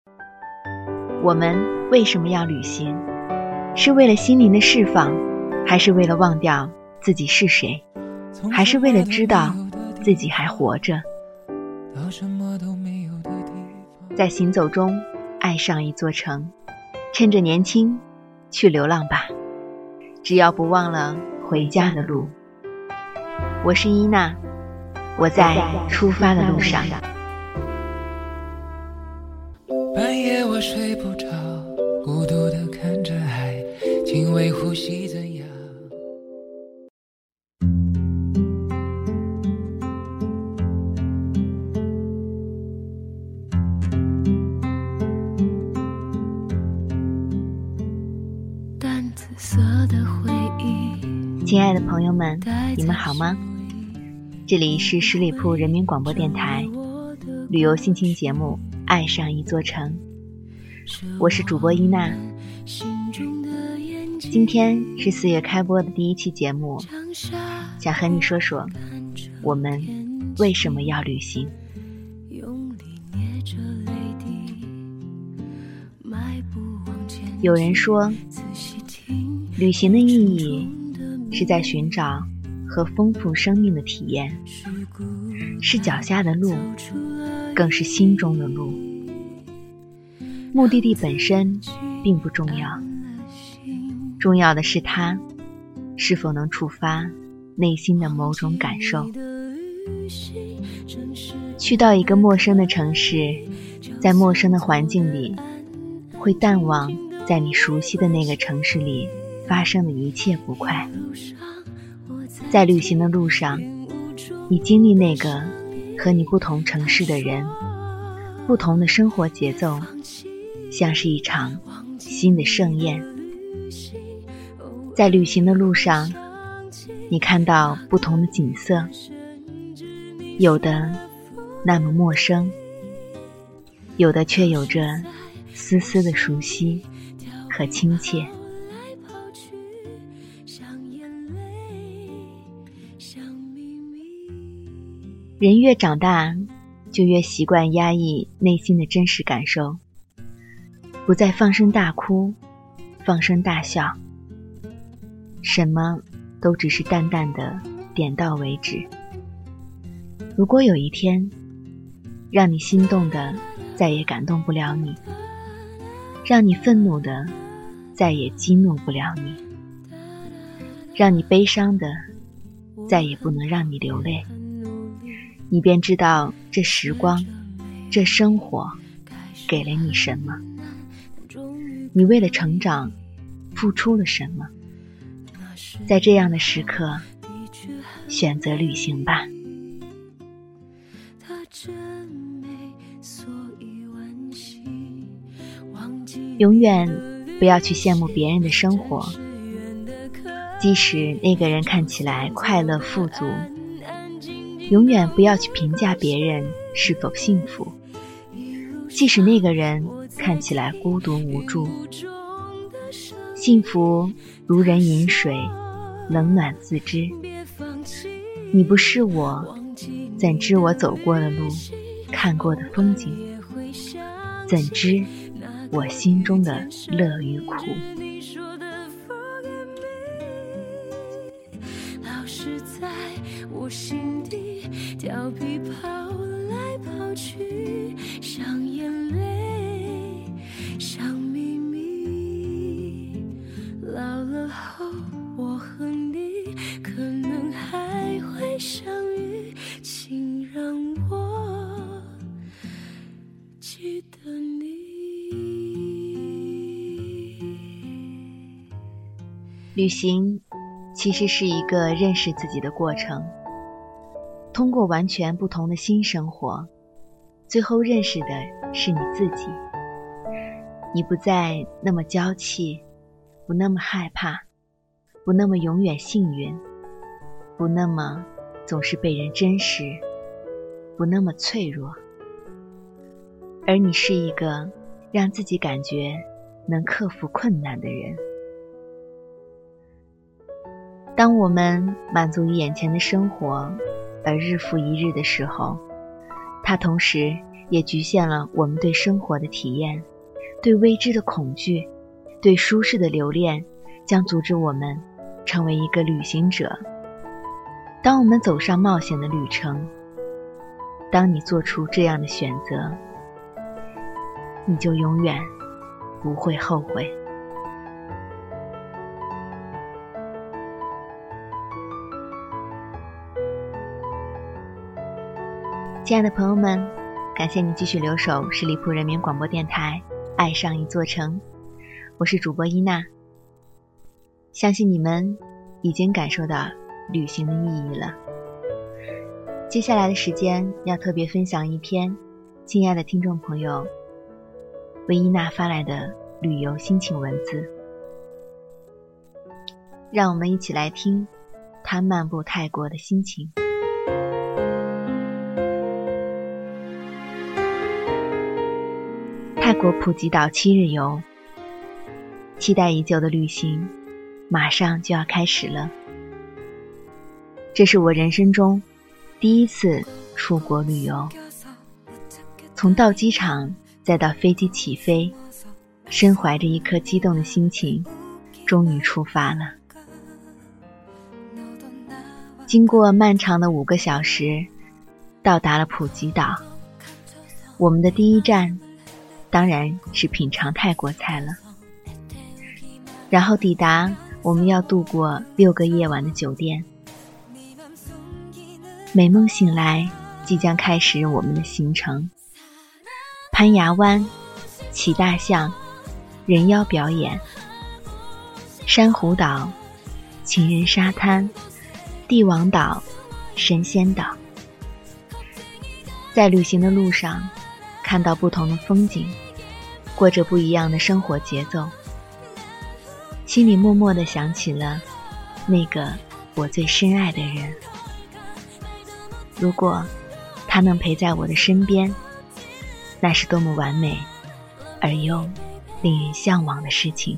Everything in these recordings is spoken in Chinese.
我们为什么要旅行？是为了心灵的释放，还是为了忘掉自己是谁？还是为了知道自己还活着？在行走中爱上一座城，趁着年轻去流浪吧，只要不忘了回家的路。我是伊娜，我在出发的路上。 半夜我睡不着，孤独地看着海，轻微呼吸怎样？淡紫色的回忆。 亲爱的朋友们，你们好吗？这里是十里铺人民广播电台旅游心情节目爱上一座城，我是主播伊娜。今天是4月开播的第一期节目，想和你说说我们为什么要旅行。有人说，旅行的意义是在寻找和丰富生命的体验，是脚下的路，更是心中的路。目的地本身并不重要，重要的是它是否能触发内心的某种感受。去到一个陌生的城市，在陌生的环境里，会淡忘在你熟悉的那个城市里发生的一切不快。在旅行的路上，你经历那个和你不同城市的人，不同的生活节奏，像是一场新的盛宴。在旅行的路上，你看到不同的景色，有的那么陌生，有的却有着丝丝的熟悉和亲切。人越长大，就越习惯压抑内心的真实感受，不再放声大哭，放声大笑，什么都只是淡淡的点到为止。如果有一天，让你心动的再也感动不了你，让你愤怒的再也激怒不了你，让你悲伤的再也不能让你流泪，你便知道这时光，这生活给了你什么，你为了成长付出了什么。在这样的时刻，选择旅行吧。永远不要去羡慕别人的生活，即使那个人看起来快乐富足。永远不要去评价别人是否幸福，即使那个人看起来孤独无助。幸福如人饮水，冷暖自知。你不是我，怎知我走过的路，看过的风景，怎知我心中的乐与苦。 老是在我心底调皮跑来跑去，像眼泪，像秘密。老了后我和你可能还会相遇，请让我记得你。 旅行其实是一个认识自己的过程，通过完全不同的新生活，最后认识的是你自己。你不再那么娇气，不那么害怕，不那么永远幸运，不那么总是被人珍视，不那么脆弱，而你是一个让自己感觉能克服困难的人。当我们满足于眼前的生活而日复一日的时候，它同时也局限了我们对生活的体验，对未知的恐惧，对舒适的留恋，将阻止我们成为一个旅行者。当我们走上冒险的旅程，当你做出这样的选择，你就永远不会后悔。亲爱的朋友们，感谢你继续留守十里铺人民广播电台爱上一座城，我是主播伊娜。相信你们已经感受到旅行的意义了。接下来的时间要特别分享一篇亲爱的听众朋友为伊娜发来的旅游心情文字，让我们一起来听她漫步泰国的心情。泰国普吉岛7日游，期待已久的旅行马上就要开始了。这是我人生中第一次出国旅游，从到机场再到飞机起飞，身怀着一颗激动的心情，终于出发了。经过漫长的5个小时，到达了普吉岛。我们的第一站当然是品尝泰国菜了，然后抵达我们要度过6个夜晚的酒店。美梦醒来，即将开始我们的行程。攀崖湾、骑大象、人妖表演、珊瑚岛、情人沙滩、帝王岛、神仙岛。在旅行的路上，看到不同的风景，过着不一样的生活节奏，心里默默地想起了那个我最深爱的人。如果他能陪在我的身边，那是多么完美而又令人向往的事情。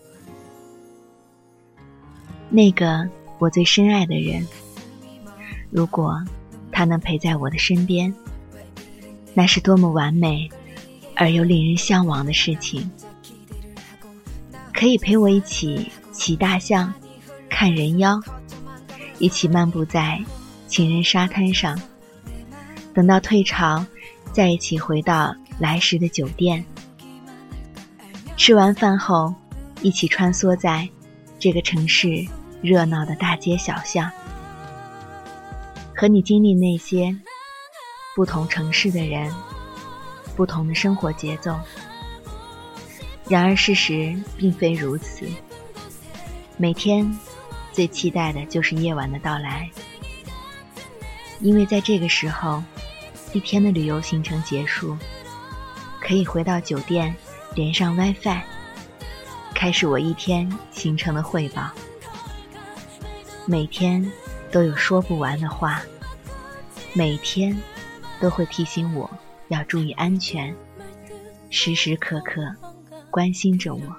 那个我最深爱的人，如果他能陪在我的身边，那是多么完美而又令人向往的事情。可以陪我一起骑大象、看人妖，一起漫步在情人沙滩上，等到退潮，再一起回到来时的酒店。吃完饭后，一起穿梭在这个城市热闹的大街小巷，和你经历那些不同城市的人，不同的生活节奏。然而事实并非如此，每天最期待的就是夜晚的到来，因为在这个时候，一天的旅游行程结束，可以回到酒店，连上 WiFi， 开始我一天行程的汇报。每天都有说不完的话，每天都会提醒我要注意安全，时时刻刻关心着我。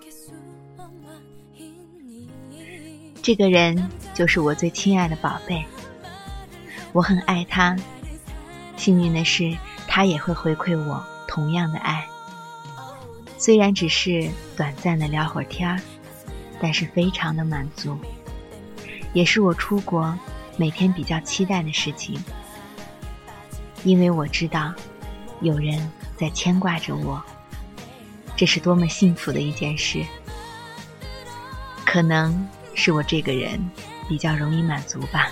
这个人就是我最亲爱的宝贝，我很爱他，幸运的是他也会回馈我同样的爱。虽然只是短暂的聊会儿天，但是非常的满足，也是我出国每天比较期待的事情。因为我知道有人在牵挂着我，这是多么幸福的一件事。可能是我这个人比较容易满足吧。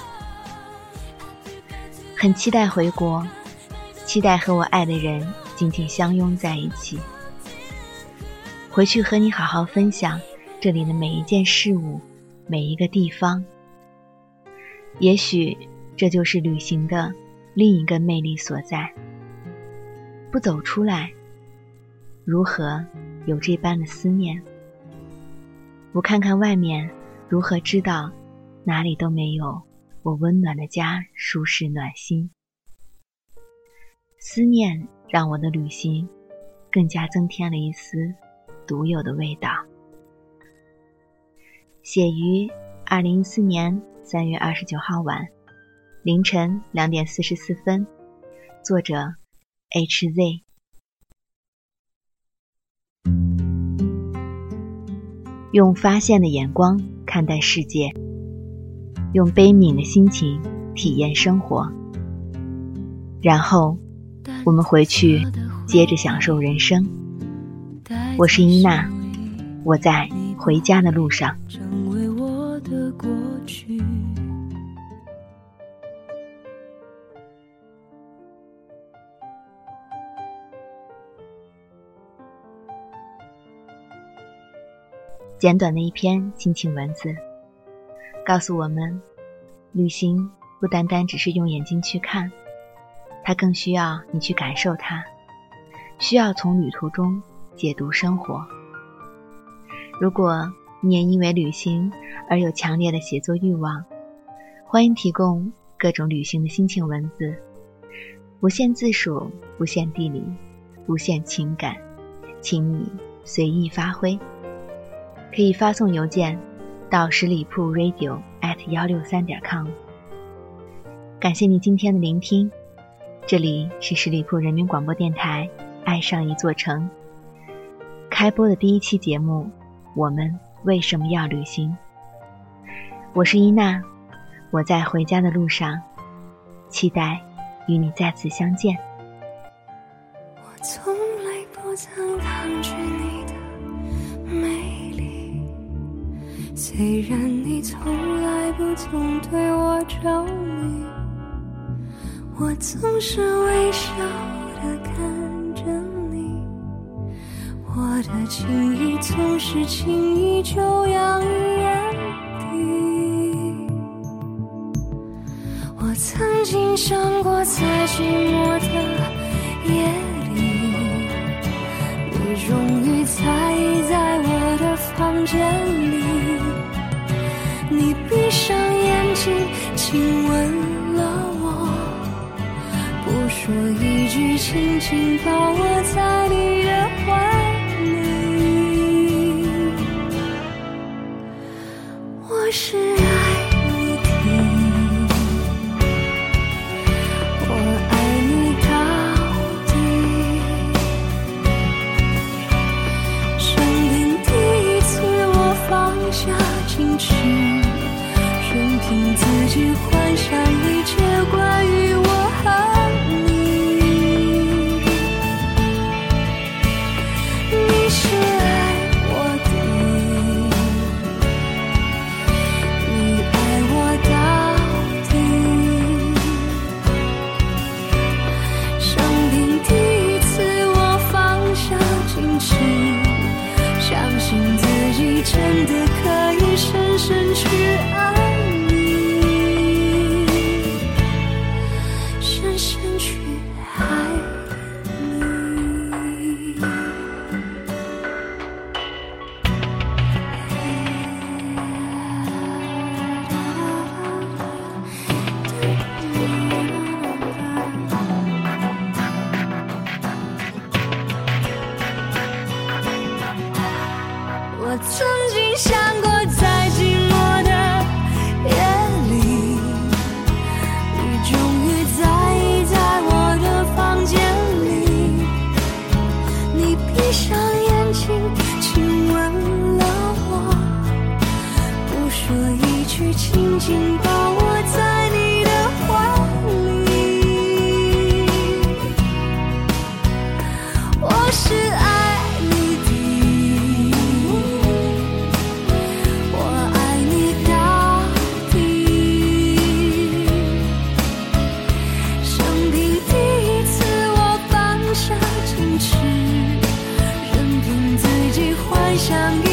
很期待回国，期待和我爱的人紧紧相拥在一起，回去和你好好分享这里的每一件事物，每一个地方。也许这就是旅行的另一个魅力所在。不走出来，如何有这般的思念？不看看外面，如何知道哪里都没有我温暖的家舒适暖心？思念让我的旅行更加增添了一丝独有的味道。写于2014年3月29号晚凌晨2点44分，作者 HZ。 用发现的眼光看待世界，用悲悯的心情体验生活，然后我们回去接着享受人生。我是伊娜，我在回家的路上。 成为我的过去。 简短的一篇心情文字，告诉我们，旅行不单单只是用眼睛去看，它更需要你去感受它，需要从旅途中解读生活。如果你也因为旅行而有强烈的写作欲望，欢迎提供各种旅行的心情文字，不限字数，不限地理，不限情感，请你随意发挥。可以发送邮件到十里铺 radio@163.com。 感谢你今天的聆听，这里是十里铺人民广播电台爱上一座城，开播的第一期节目，我们为什么要旅行？我是伊娜，我在回家的路上，期待与你再次相见。 我从来不曾抗拒你的美丽，虽然你从来不曾对我着迷，我总是微笑地看着你，我的情意总是轻易就洋溢眼底。我曾经想过在寂寞的夜里，你终于在意在我的房间里，你闭上眼睛亲吻了我，不说一句，轻轻抱我在你的怀里。我是爱你的，我爱你到底。生命第一次我放下矜持，任凭自己幻想一切关于我和你。你是爱我的，你爱我到底。生命第一次我放下矜持，相信自己真的可以深深去爱你，深深去爱你。我曾经想过在寂寞的夜里，你终于在意在我的房间里，你闭上眼睛亲吻了我，不说一句，轻轻抱我在你的怀里。我是爱你的，我爱你到底。生命第一次我放下矜持，任凭自己幻想